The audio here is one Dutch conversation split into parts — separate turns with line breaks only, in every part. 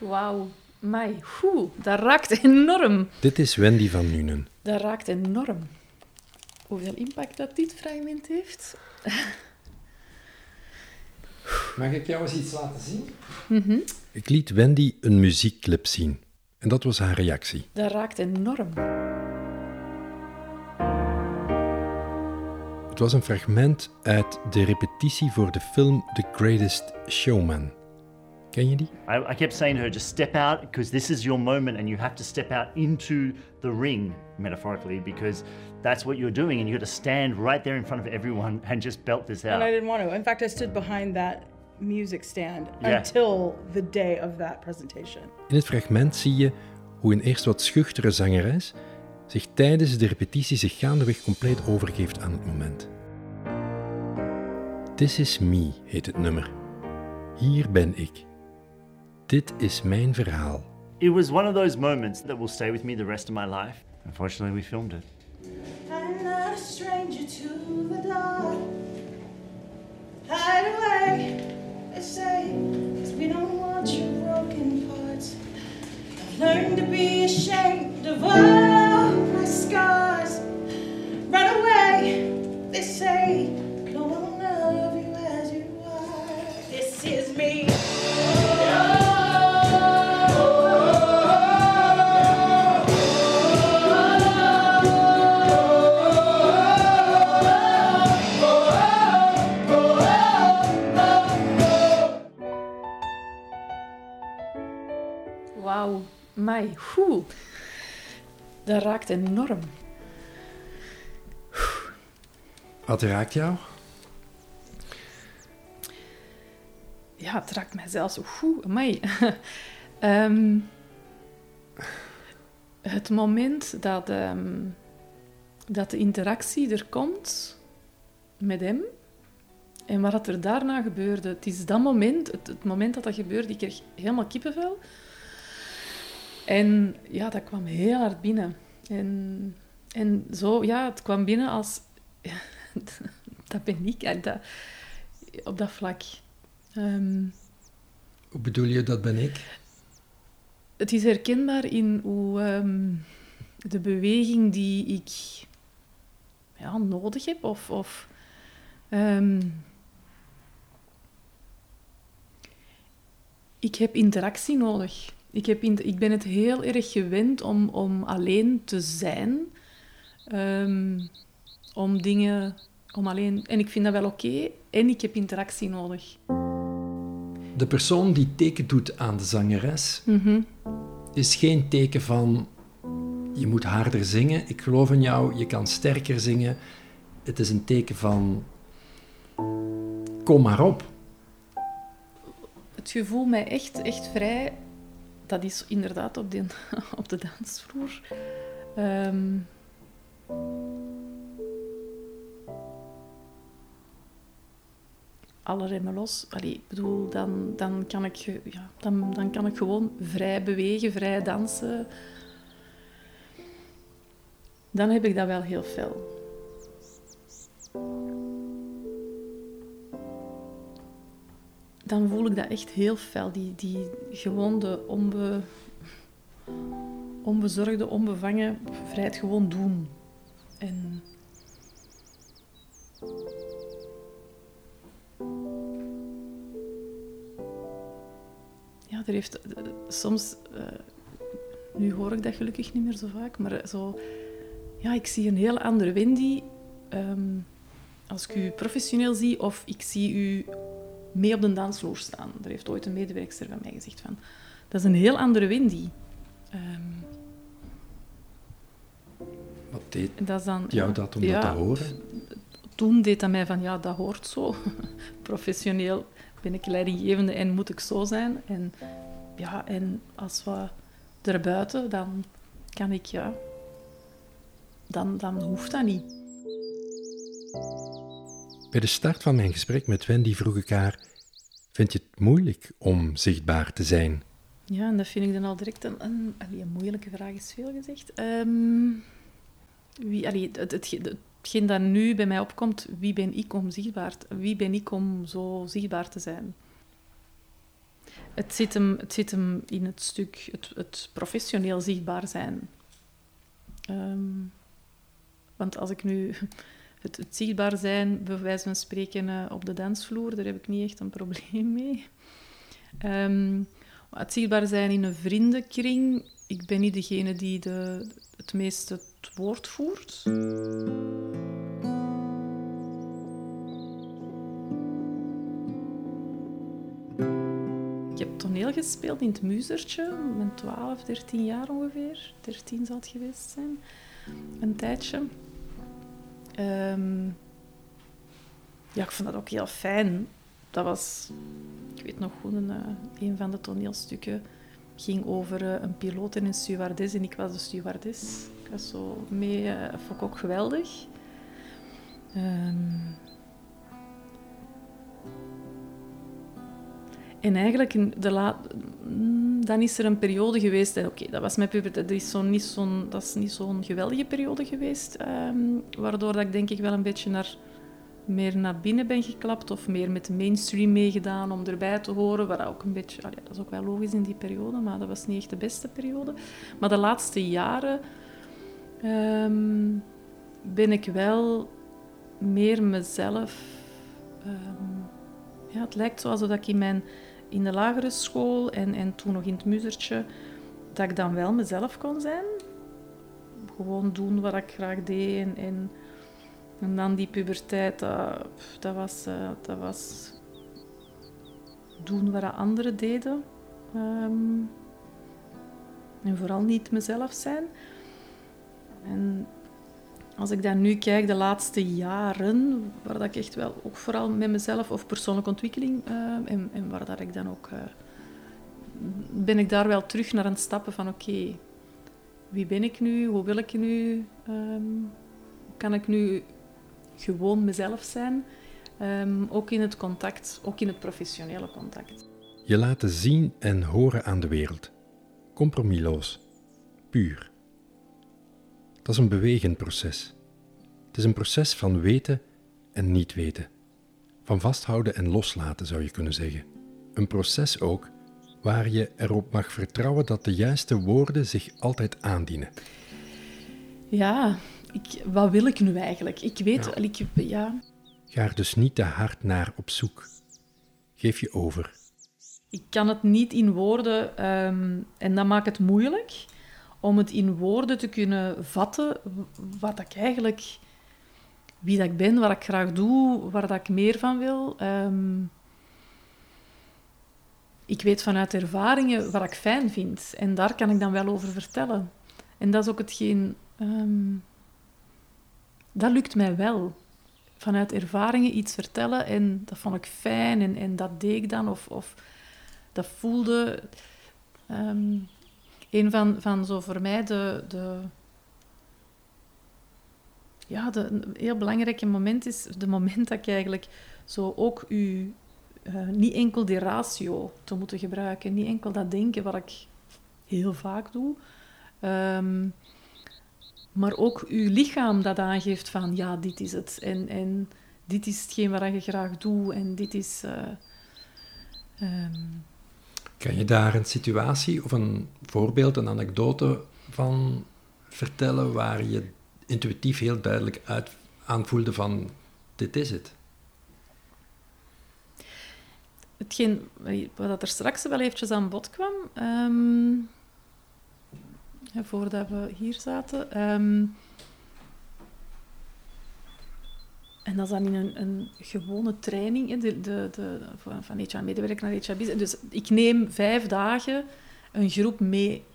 Wauw. Mai, dat raakt enorm.
Dit is Wendy van Nuenen.
Dat raakt enorm. Hoeveel impact dat dit fragment heeft?
Mag ik jou eens iets laten zien?
Mhm.
Ik liet Wendy een muziekclip zien. En dat was haar reactie.
Dat raakt enorm.
Het was een fragment uit de repetitie voor de film The Greatest Showman. Ken je die?
I kept saying to her, just step out, because this is your moment and you have to step out into the ring, metaphorically, because that's what you're doing and you got to stand right there in front of everyone and just belt this out.
And I didn't want to. In fact, I stood behind that music stand
Yeah.
until the day of that presentation.
In het fragment zie je hoe een eerst wat schuchtere zangeres zich tijdens de repetitie zich gaandeweg compleet overgeeft aan het moment. This is me heet het nummer. Hier ben ik. Dit is mijn verhaal.
It was one of those moments that will stay with me the rest of my life. Unfortunately, we filmed it.
I'm not a stranger to the dark. Hide away, they say, 'cause we don't want your broken parts. I've learned to be ashamed of all my scars. Run away, they say, no one will love you as you are. This is me.
Wauw. Mai, dat raakt enorm.
Wat raakt jou?
Ja, het raakt mij zelfs zo. Amai. Het moment dat de interactie er komt met hem en wat er daarna gebeurde. Het is dat moment, het moment dat gebeurde, ik kreeg helemaal kippenvel. En ja, dat kwam heel hard binnen. En zo, ja, het kwam binnen als... Ja, dat ben ik, op dat vlak.
Hoe bedoel je, dat ben ik?
Het is herkenbaar in hoe de beweging die ik nodig heb, ik heb interactie nodig. Ik ben het heel erg gewend om alleen te zijn, om alleen... En ik vind dat wel oké, en ik heb interactie nodig.
De persoon die teken doet aan de zangeres is geen teken van je moet harder zingen, ik geloof in jou, je kan sterker zingen. Het is een teken van kom maar op.
Het gevoel mij echt vrij, dat is inderdaad op de dansvloer. Alle remmen los. Allee, ik bedoel, dan kan ik gewoon vrij bewegen, vrij dansen. Dan heb ik dat wel heel fel. Dan voel ik dat echt heel fel. Die gewoon de onbezorgde, onbevangen vrijheid gewoon doen. En... Ja, er heeft soms... nu hoor ik dat gelukkig niet meer zo vaak, maar zo... Ja, ik zie een heel andere Wendy als ik u professioneel zie of ik zie u mee op de dansvloer staan. Er heeft ooit een medewerkster van mij gezegd van... Dat is een heel andere Wendy.
Wat deed
dat dan,
jou dat om dat te horen?
Toen deed dat mij van, ja, dat hoort zo. Professioneel ben ik leidinggevende en moet ik zo zijn. En, ja, en als we erbuiten, dan kan ik, ja... Dan hoeft dat niet.
Bij de start van mijn gesprek met Wendy vroeg ik haar... Vind je het moeilijk om zichtbaar te zijn?
Ja, en dat vind ik dan al direct een moeilijke vraag, is veel gezegd. Hetgeen dat nu bij mij opkomt, wie ben ik om zo zichtbaar te zijn? Het zit hem in het stuk het professioneel zichtbaar zijn. Want als ik nu het zichtbaar zijn, bij wijze van spreken, op de dansvloer, daar heb ik niet echt een probleem mee. Het zichtbaar zijn in een vriendenkring, ik ben niet degene die het meest het woord voert. Ik heb toneel gespeeld in het Muuzertje, met 12, 13 jaar ongeveer. 13 zal het geweest zijn. Een tijdje. Ja, ik vond dat ook heel fijn. Dat was, ik weet nog goed, een van de toneelstukken ging over een piloot en een stewardess. En ik was de stewardess. Ik was zo mee, vond ik ook geweldig. En eigenlijk, dan is er een periode geweest... Oké, dat was mijn puberteit. Dat is niet zo'n geweldige periode geweest. Waardoor dat ik denk ik wel een beetje meer naar binnen ben geklapt. Of meer met de mainstream meegedaan om erbij te horen. Waar ook een beetje, dat is ook wel logisch in die periode. Maar dat was niet echt de beste periode. Maar de laatste jaren ben ik wel meer mezelf... het lijkt zo alsof ik in de lagere school en toen nog in het Muuzertje, dat ik dan wel mezelf kon zijn. Gewoon doen wat ik graag deed. En dan die puberteit, dat was doen wat anderen deden. En vooral niet mezelf zijn. En als ik dan nu kijk, de laatste jaren, waar dat ik echt wel ook vooral met mezelf of persoonlijke ontwikkeling en waar dat ik dan ook... ben ik daar wel terug naar aan het stappen van oké, wie ben ik nu? Hoe wil ik nu? Kan ik nu gewoon mezelf zijn? Ook in het contact, ook in het professionele contact.
Je laten zien en horen aan de wereld. Compromisloos. Puur. Dat is een bewegend proces. Het is een proces van weten en niet weten. Van vasthouden en loslaten, zou je kunnen zeggen. Een proces ook waar je erop mag vertrouwen dat de juiste woorden zich altijd aandienen.
Ja, wat wil ik nu eigenlijk? Ik weet... Ja.
Ga er dus niet te hard naar op zoek. Geef je over.
Ik kan het niet in woorden... en dat maakt het moeilijk... om het in woorden te kunnen vatten, wat ik eigenlijk, wie dat ik ben, wat ik graag doe, waar dat ik meer van wil. Ik weet vanuit ervaringen wat ik fijn vind. En daar kan ik dan wel over vertellen. En dat is ook hetgeen... dat lukt mij wel. Vanuit ervaringen iets vertellen. En dat vond ik fijn. En dat deed ik dan. Of dat voelde... Een van zo voor mij een heel belangrijke moment is de moment dat ik eigenlijk zo ook niet enkel die ratio te moeten gebruiken, niet enkel dat denken wat ik heel vaak doe, maar ook uw lichaam dat aangeeft van ja, dit is het en dit is hetgeen wat je graag doet en dit is...
Kan je daar een situatie of een voorbeeld, een anekdote van vertellen waar je intuïtief heel duidelijk aanvoelde van dit is het?
Hetgeen wat er straks wel eventjes aan bod kwam, voordat we hier zaten, en dat is dan in een gewone training, van HR-medewerker naar HR-business. Dus ik neem 5 dagen een groep mee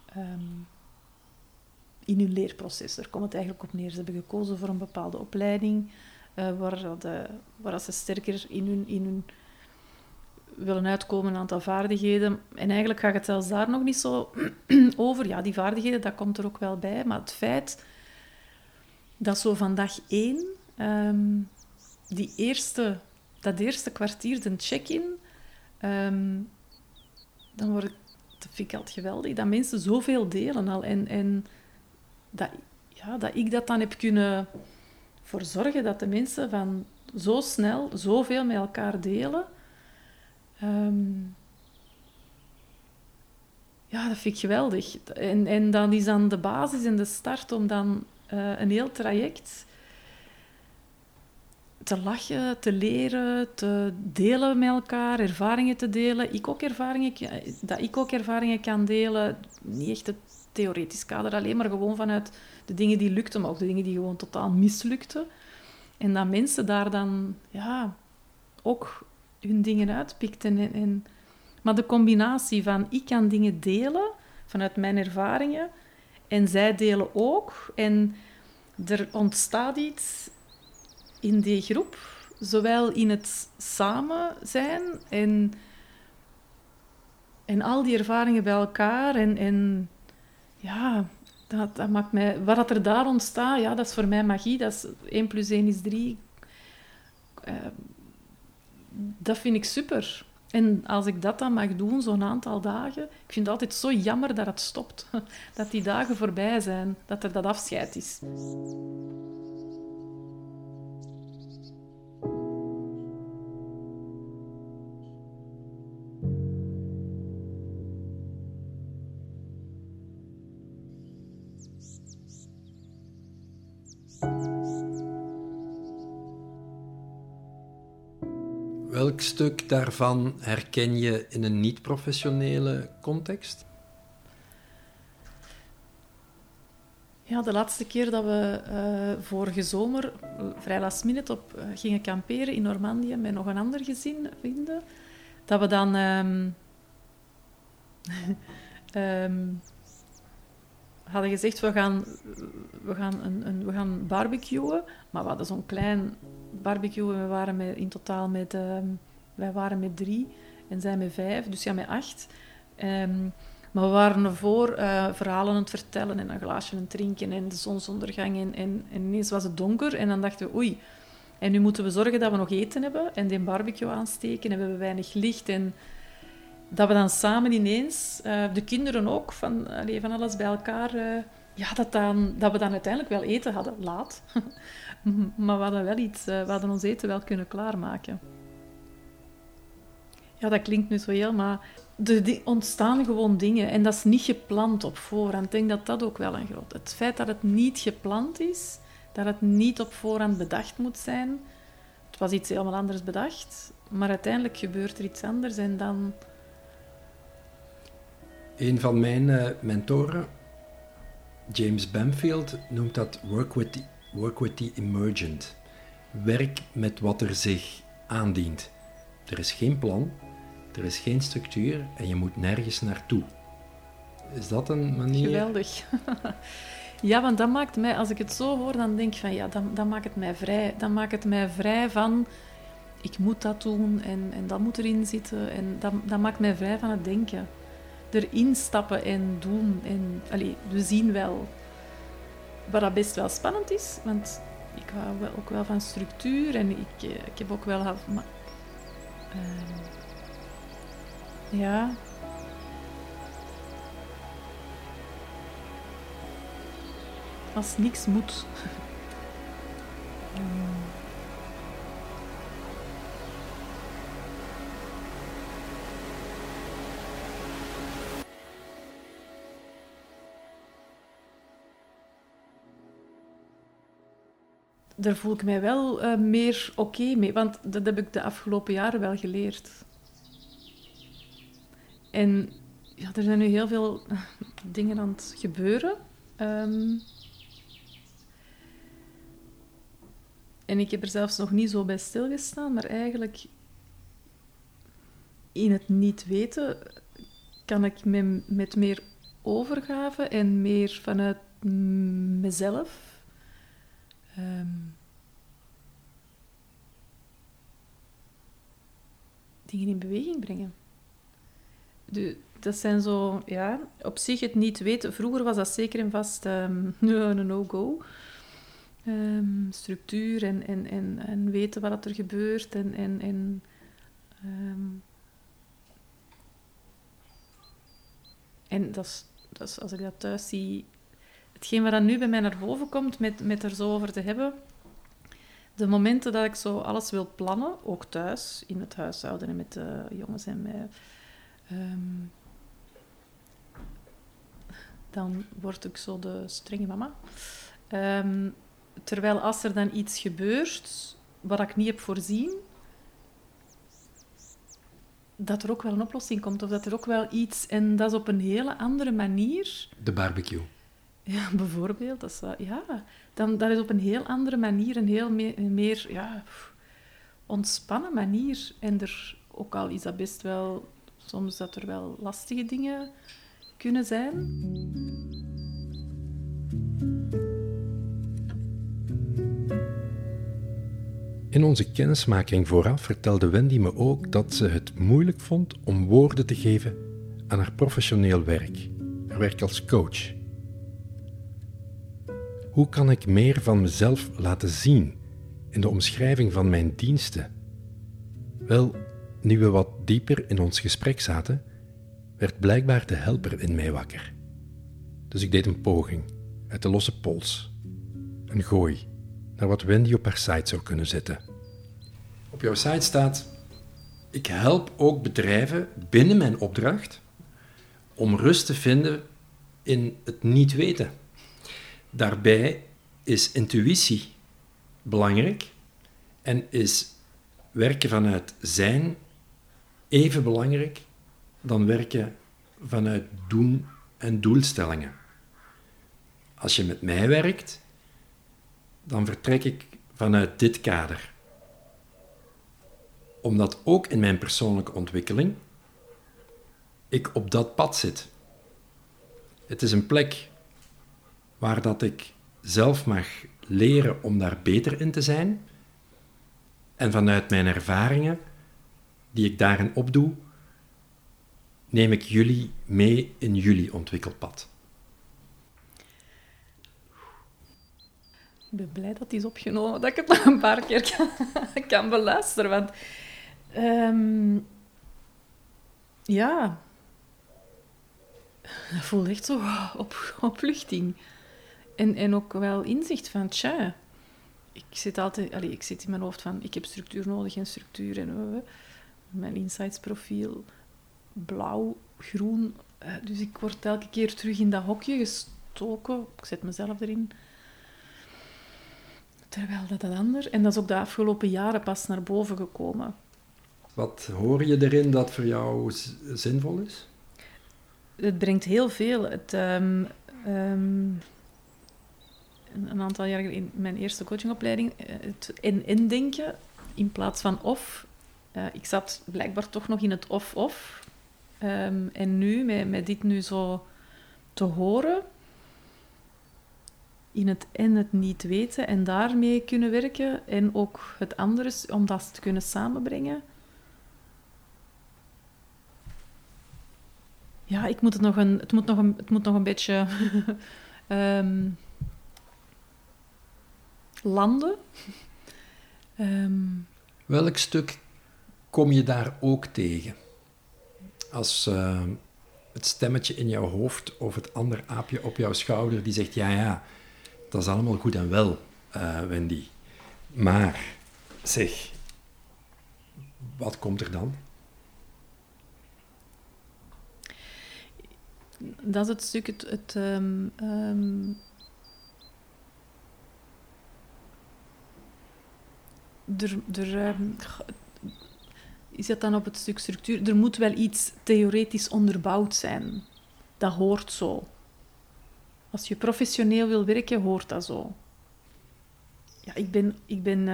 in hun leerproces. Daar komt het eigenlijk op neer. Ze hebben gekozen voor een bepaalde opleiding, waar ze sterker in hun willen uitkomen, een aantal vaardigheden. En eigenlijk gaat het zelfs daar nog niet zo over. Ja, die vaardigheden, dat komt er ook wel bij. Maar het feit dat zo van dag 1... dat eerste kwartier, de check-in, dat vind ik altijd geweldig, dat mensen zoveel delen al. En dat ik dat dan heb kunnen voor zorgen dat de mensen van zo snel zoveel met elkaar delen. Ja, dat vind ik geweldig. En dat is dan de basis en de start om dan een heel traject te lachen, te leren, te delen met elkaar, ervaringen te delen. Dat ik ook ervaringen kan delen. Niet echt het theoretisch kader alleen, maar gewoon vanuit de dingen die lukten, maar ook de dingen die gewoon totaal mislukten. En dat mensen daar dan ook hun dingen uitpikten. Maar de combinatie van ik kan dingen delen vanuit mijn ervaringen en zij delen ook. En er ontstaat iets in die groep, zowel in het samen zijn en al die ervaringen bij elkaar. En ja, dat maakt mij... Wat er daar ontstaat, ja, dat is voor mij magie. Dat is 1 + 1 is 3. Dat vind ik super. En als ik dat dan mag doen, zo'n aantal dagen... Ik vind het altijd zo jammer dat het stopt. Dat die dagen voorbij zijn. Dat er dat afscheid is.
Welk stuk daarvan herken je in een niet-professionele context?
Ja, de laatste keer dat we vorige zomer vrij last minute gingen kamperen in Normandië met nog een ander gezin, vrienden, dat we dan hadden gezegd, we gaan barbecuen, maar we hadden zo'n klein barbecue. We waren in totaal wij waren met 3 en zij met 5, dus ja, met 8. Maar we waren ervoor verhalen aan het vertellen en een glaasje aan het drinken en de zonsondergang. En ineens was het donker en dan dachten we, oei. En nu moeten we zorgen dat we nog eten hebben en die barbecue aansteken en we hebben weinig licht. En dat we dan samen ineens, de kinderen ook, van alles bij elkaar... dat we dan uiteindelijk wel eten hadden, laat. Maar we hadden wel we hadden ons eten wel kunnen klaarmaken. Ja, dat klinkt nu zo heel, maar er ontstaan gewoon dingen. En dat is niet gepland op voorhand. Ik denk dat dat ook wel een groot... Het feit dat het niet gepland is, dat het niet op voorhand bedacht moet zijn. Het was iets helemaal anders bedacht, maar uiteindelijk gebeurt er iets anders en dan...
Een van mijn mentoren, James Bamfield, noemt dat work with the emergent. Werk met wat er zich aandient. Er is geen plan, er is geen structuur en je moet nergens naartoe. Is dat een manier?
Geweldig. Ja, want dat maakt mij, als ik het zo hoor, dan denk ik van ja, dan maakt het mij vrij. Dan maakt het mij vrij van, ik moet dat doen en dat moet erin zitten. En dat maakt mij vrij van het denken. Erin stappen en doen. En, we zien wel wat dat best wel spannend is, want ik hou ook wel van structuur en ik heb ook wel... ja... Als niks moet. Daar voel ik mij wel meer oké mee, want dat heb ik de afgelopen jaren wel geleerd. En ja, er zijn nu heel veel dingen aan het gebeuren. En ik heb er zelfs nog niet zo bij stilgestaan, maar eigenlijk in het niet weten kan ik met meer overgave en meer vanuit mezelf dingen in beweging brengen. Dat zijn zo, ja, op zich het niet weten. Vroeger was dat zeker en vast een no-go. Structuur en weten wat er gebeurt. En dat is, als ik dat thuis zie... Hetgeen wat nu bij mij naar boven komt, met er zo over te hebben... De momenten dat ik zo alles wil plannen, ook thuis, in het huishouden en met de jongens en mij... dan word ik zo de strenge mama. Terwijl als er dan iets gebeurt wat ik niet heb voorzien, dat er ook wel een oplossing komt. Of dat er ook wel iets... En dat is op een hele andere manier.
De barbecue.
Ja, bijvoorbeeld. Dat is, dat is op een heel andere manier, een heel meer ontspannen manier. En er, ook al is dat best wel... Soms dat er wel lastige dingen kunnen zijn.
In onze kennismaking vooraf vertelde Wendy me ook dat ze het moeilijk vond om woorden te geven aan haar professioneel werk, haar werk als coach. Hoe kan ik meer van mezelf laten zien in de omschrijving van mijn diensten? Wel, nu we wat dieper in ons gesprek zaten, werd blijkbaar de helper in mij wakker. Dus ik deed een poging, uit de losse pols. Een gooi, naar wat Wendy op haar site zou kunnen zetten.
Op jouw site staat: ik help ook bedrijven binnen mijn opdracht om rust te vinden in het niet weten. Daarbij is intuïtie belangrijk en is werken vanuit zijn even belangrijk dan werken vanuit doen en doelstellingen. Als je met mij werkt, dan vertrek ik vanuit dit kader. Omdat ook in mijn persoonlijke ontwikkeling ik op dat pad zit. Het is een plek waar dat ik zelf mag leren om daar beter in te zijn. En vanuit mijn ervaringen, die ik daarin opdoe, neem ik jullie mee in jullie ontwikkelpad.
Ik ben blij dat die is opgenomen, dat ik het nog een paar keer kan beluisteren. Want dat voelt echt zo opluchting. En ook wel inzicht van, tja, ik zit in mijn hoofd van, ik heb structuur nodig en structuur. En mijn insightsprofiel, blauw, groen. Dus ik word elke keer terug in dat hokje gestoken. Ik zet mezelf erin. Terwijl dat ander... En dat is ook de afgelopen jaren pas naar boven gekomen.
Wat hoor je erin dat voor jou zinvol is?
Het brengt heel veel. Een aantal jaar geleden in mijn eerste coachingopleiding, het indenken in plaats van of. Ik zat blijkbaar toch nog in het of-of. En nu, met dit nu zo te horen, in het en het niet weten en daarmee kunnen werken en ook het andere, om dat te kunnen samenbrengen. Ja, het moet nog een beetje landen.
Welk stuk kom je daar ook tegen? Als het stemmetje in jouw hoofd of het ander aapje op jouw schouder die zegt, ja, dat is allemaal goed en wel, Wendy. Maar, zeg, wat komt er dan?
Dat is het stuk, is het dan op het stuk structuur? Er moet wel iets theoretisch onderbouwd zijn. Dat hoort zo. Als je professioneel wil werken, hoort dat zo. Ja, ik ben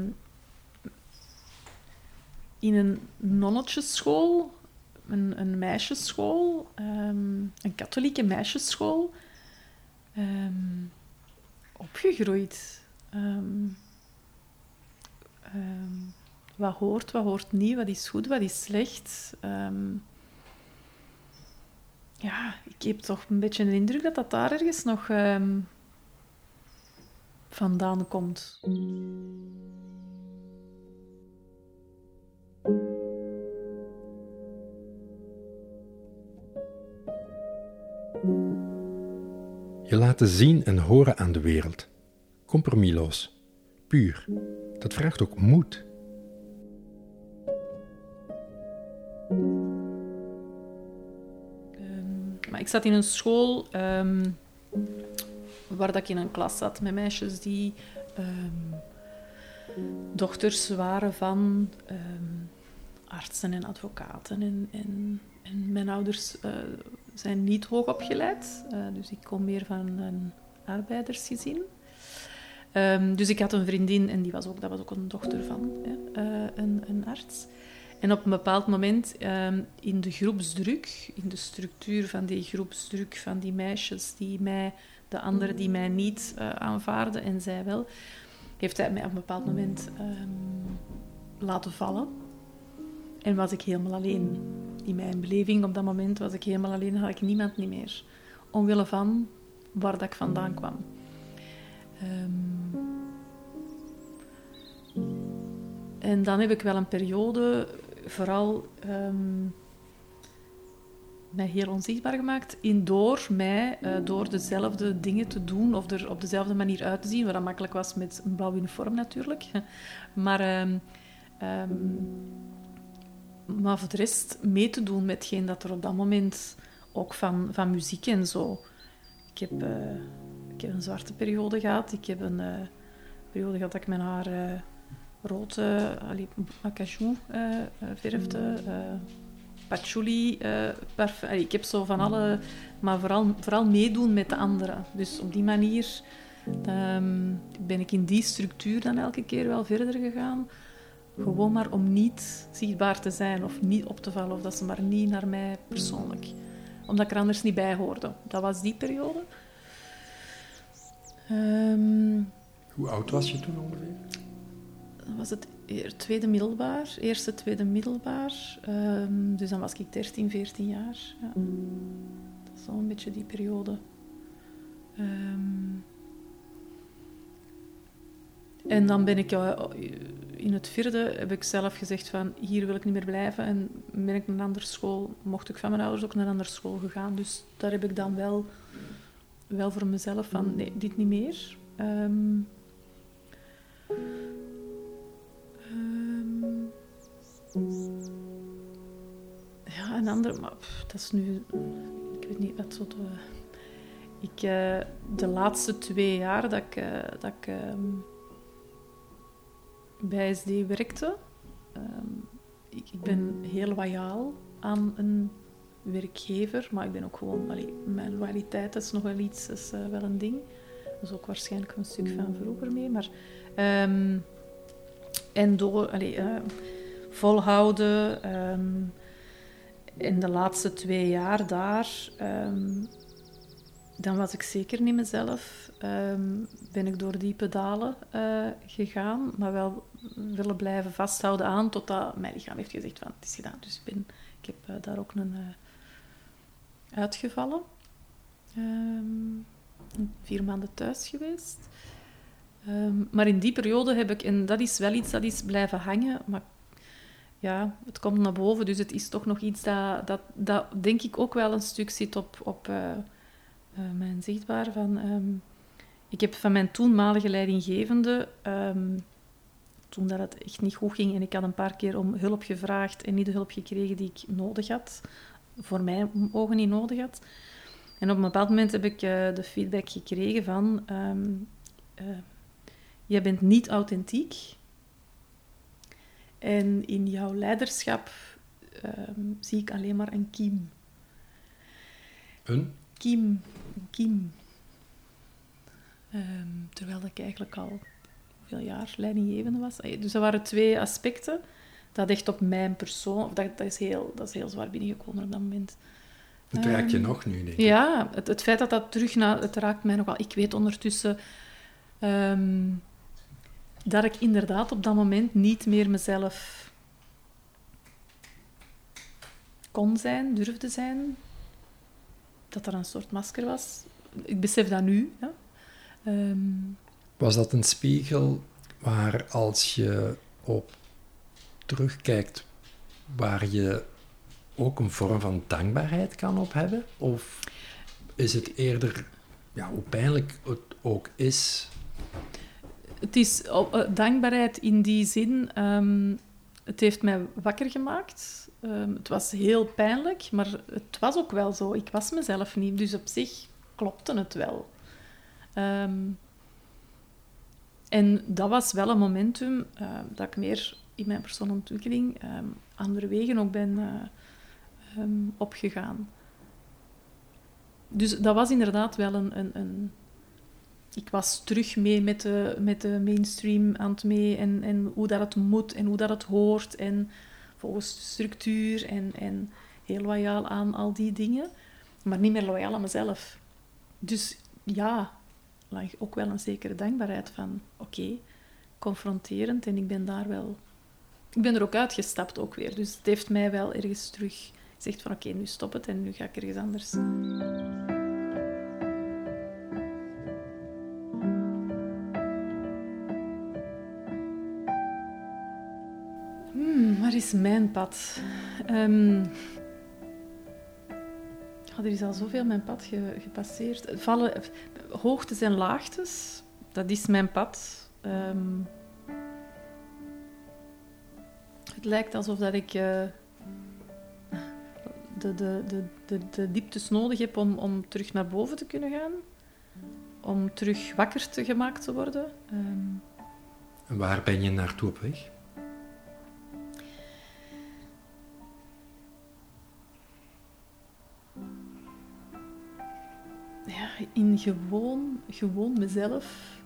in een nonnetjesschool, een meisjesschool, een katholieke meisjesschool, opgegroeid. Wat hoort niet, wat is goed, wat is slecht. Ik heb toch een beetje de indruk dat dat daar ergens nog vandaan komt.
Je laten zien en horen aan de wereld. Compromisloos. Puur. Dat vraagt ook moed.
maar ik zat in een school waar dat ik in een klas zat met meisjes die dochters waren van artsen en advocaten. En mijn ouders zijn niet hoog opgeleid, dus ik kom meer van een arbeidersgezin. Dus ik had een vriendin en dat was ook een dochter van een arts. En op een bepaald moment in de groepsdruk, in de structuur van die groepsdruk van die meisjes de anderen die mij niet aanvaarden en zij wel, heeft hij mij op een bepaald moment laten vallen. En was ik helemaal alleen. In mijn beleving op dat moment was ik helemaal alleen, had ik niemand niet meer. Omwille van waar dat ik vandaan kwam. En dan heb ik wel een periode vooral mij heel onzichtbaar gemaakt door dezelfde dingen te doen of er op dezelfde manier uit te zien, wat dat makkelijk was met een blauw uniform natuurlijk. Maar voor de rest mee te doen met hetgeen dat er op dat moment ook van muziek en zo. Ik heb een zwarte periode gehad. Ik heb een periode gehad dat ik mijn haar rood acajou verfde. Patchouli, parfum. Ik heb zo van alle... Maar vooral meedoen met de anderen. Dus op die manier ben ik in die structuur dan elke keer wel verder gegaan. Gewoon maar om niet zichtbaar te zijn of niet op te vallen. Of dat ze maar niet naar mij persoonlijk. Omdat ik er anders niet bij hoorde. Dat was die periode.
Hoe oud was je toen ongeveer?
Dan was het eerste, tweede middelbaar. Dus dan was ik 13, 14 jaar. Ja. Dat is wel een beetje die periode. En dan ben ik in het vierde, heb ik zelf gezegd van hier wil ik niet meer blijven. En ben ik naar een andere school, mocht ik van mijn ouders ook naar een andere school gegaan. Dus daar heb ik dan wel voor mezelf van nee, dit niet meer. Ja, een andere, maar dat is nu, ik weet niet wat zo de laatste 2 jaar dat ik bij SD werkte, ik ben heel loyaal aan een werkgever, maar ik ben ook gewoon, mijn loyaliteit dat is nog wel iets, dat is wel een ding. Dat is ook waarschijnlijk een stuk van vroeger mee, maar en door volhouden. In de laatste 2 jaar daar, dan was ik zeker niet mezelf. Ben ik door diepe dalen gegaan, maar wel willen blijven vasthouden aan totdat mijn lichaam heeft gezegd van het is gedaan. Dus ik heb daar ook een uitgevallen. 4 maanden thuis geweest. Maar in die periode heb ik, en dat is wel iets dat is blijven hangen, maar ja, het komt naar boven, dus het is toch nog iets dat denk ik ook wel een stuk zit op mijn zichtbaar. Ik heb van mijn toenmalige leidinggevende, toen dat het echt niet goed ging en ik had een paar keer om hulp gevraagd en niet de hulp gekregen die ik nodig had, voor mijn ogen niet nodig had. En op een bepaald moment heb ik de feedback gekregen van jij bent niet authentiek. En in jouw leiderschap zie ik alleen maar een kiem.
Een?
Kiem. Terwijl ik eigenlijk al hoeveel jaar leidinggevende was. Dus dat waren 2 aspecten. Dat echt op mijn persoon... Dat is heel zwaar binnengekomen op dat moment.
Het raakt je nog nu, denk ik.
Ja, het feit dat terug naar... Het raakt mij nogal. Ik weet ondertussen... dat ik inderdaad op dat moment niet meer mezelf kon zijn, durfde zijn. Dat er een soort masker was. Ik besef dat nu. Ja.
Was dat een spiegel waar als je op terugkijkt, waar je ook een vorm van dankbaarheid kan op hebben? Of is het eerder, hoe pijnlijk het ook is...
Het is dankbaarheid in die zin. Het heeft mij wakker gemaakt. Het was heel pijnlijk, maar het was ook wel zo. Ik was mezelf niet, dus op zich klopte het wel. En dat was wel een momentum dat ik meer in mijn persoonlijke ontwikkeling andere wegen ook ben opgegaan. Dus dat was inderdaad wel een... Ik was terug mee met de mainstream aan het mee en hoe dat het moet en hoe dat het hoort en volgens de structuur en heel loyaal aan al die dingen, maar niet meer loyaal aan mezelf. Dus ja, lag ook wel een zekere dankbaarheid van oké, confronterend en ik ben er ook uitgestapt ook weer. Dus het heeft mij wel ergens terug gezegd van oké, nu stop het en nu ga ik ergens anders. Waar is mijn pad? Er is al zoveel mijn pad gepasseerd. Hoogtes en laagtes, dat is mijn pad. Het lijkt alsof dat ik de dieptes nodig heb om terug naar boven te kunnen gaan. Om terug wakker gemaakt te worden.
En waar ben je naartoe op weg?
Ja, in gewoon mezelf.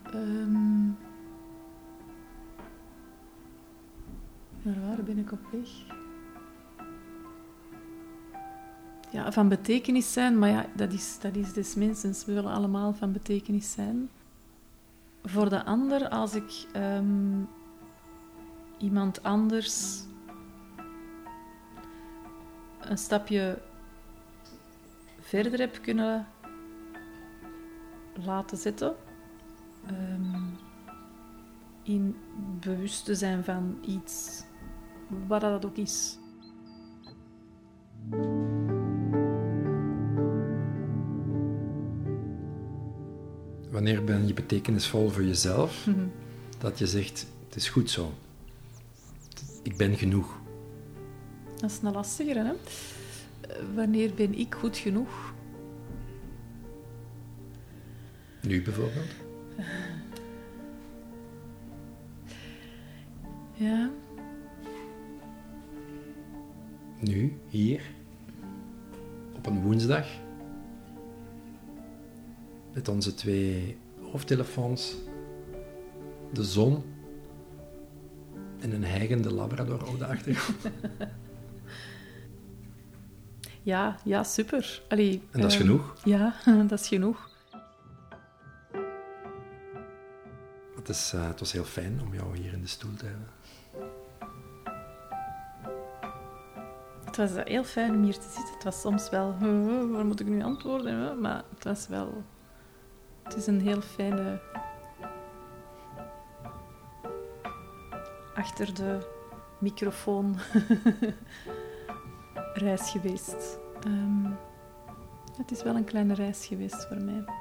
Naar waar ben ik op weg? Ja, van betekenis zijn, maar ja, dat is des mensens. We willen allemaal van betekenis zijn. Voor de ander, als ik iemand anders een stapje verder heb kunnen laten zetten, in bewust te zijn van iets, wat dat ook is.
Wanneer ben je betekenisvol voor jezelf? Mm-hmm. Dat je zegt, het is goed zo. Ik ben genoeg.
Dat is een lastiger, hè? Wanneer ben ik goed genoeg?
Nu bijvoorbeeld?
Ja.
Nu, hier, op een woensdag, met onze 2 hoofdtelefoons, de zon en een hijgende labrador op de achtergrond.
Ja, super. Allee,
en dat is genoeg?
Ja, dat is genoeg.
Het was heel fijn om jou hier in de stoel te hebben.
Het was heel fijn om hier te zitten. Het was soms wel, waar moet ik nu antwoorden? Maar het was wel... Het is een heel fijne... achter de microfoon reis geweest. Het is wel een kleine reis geweest voor mij.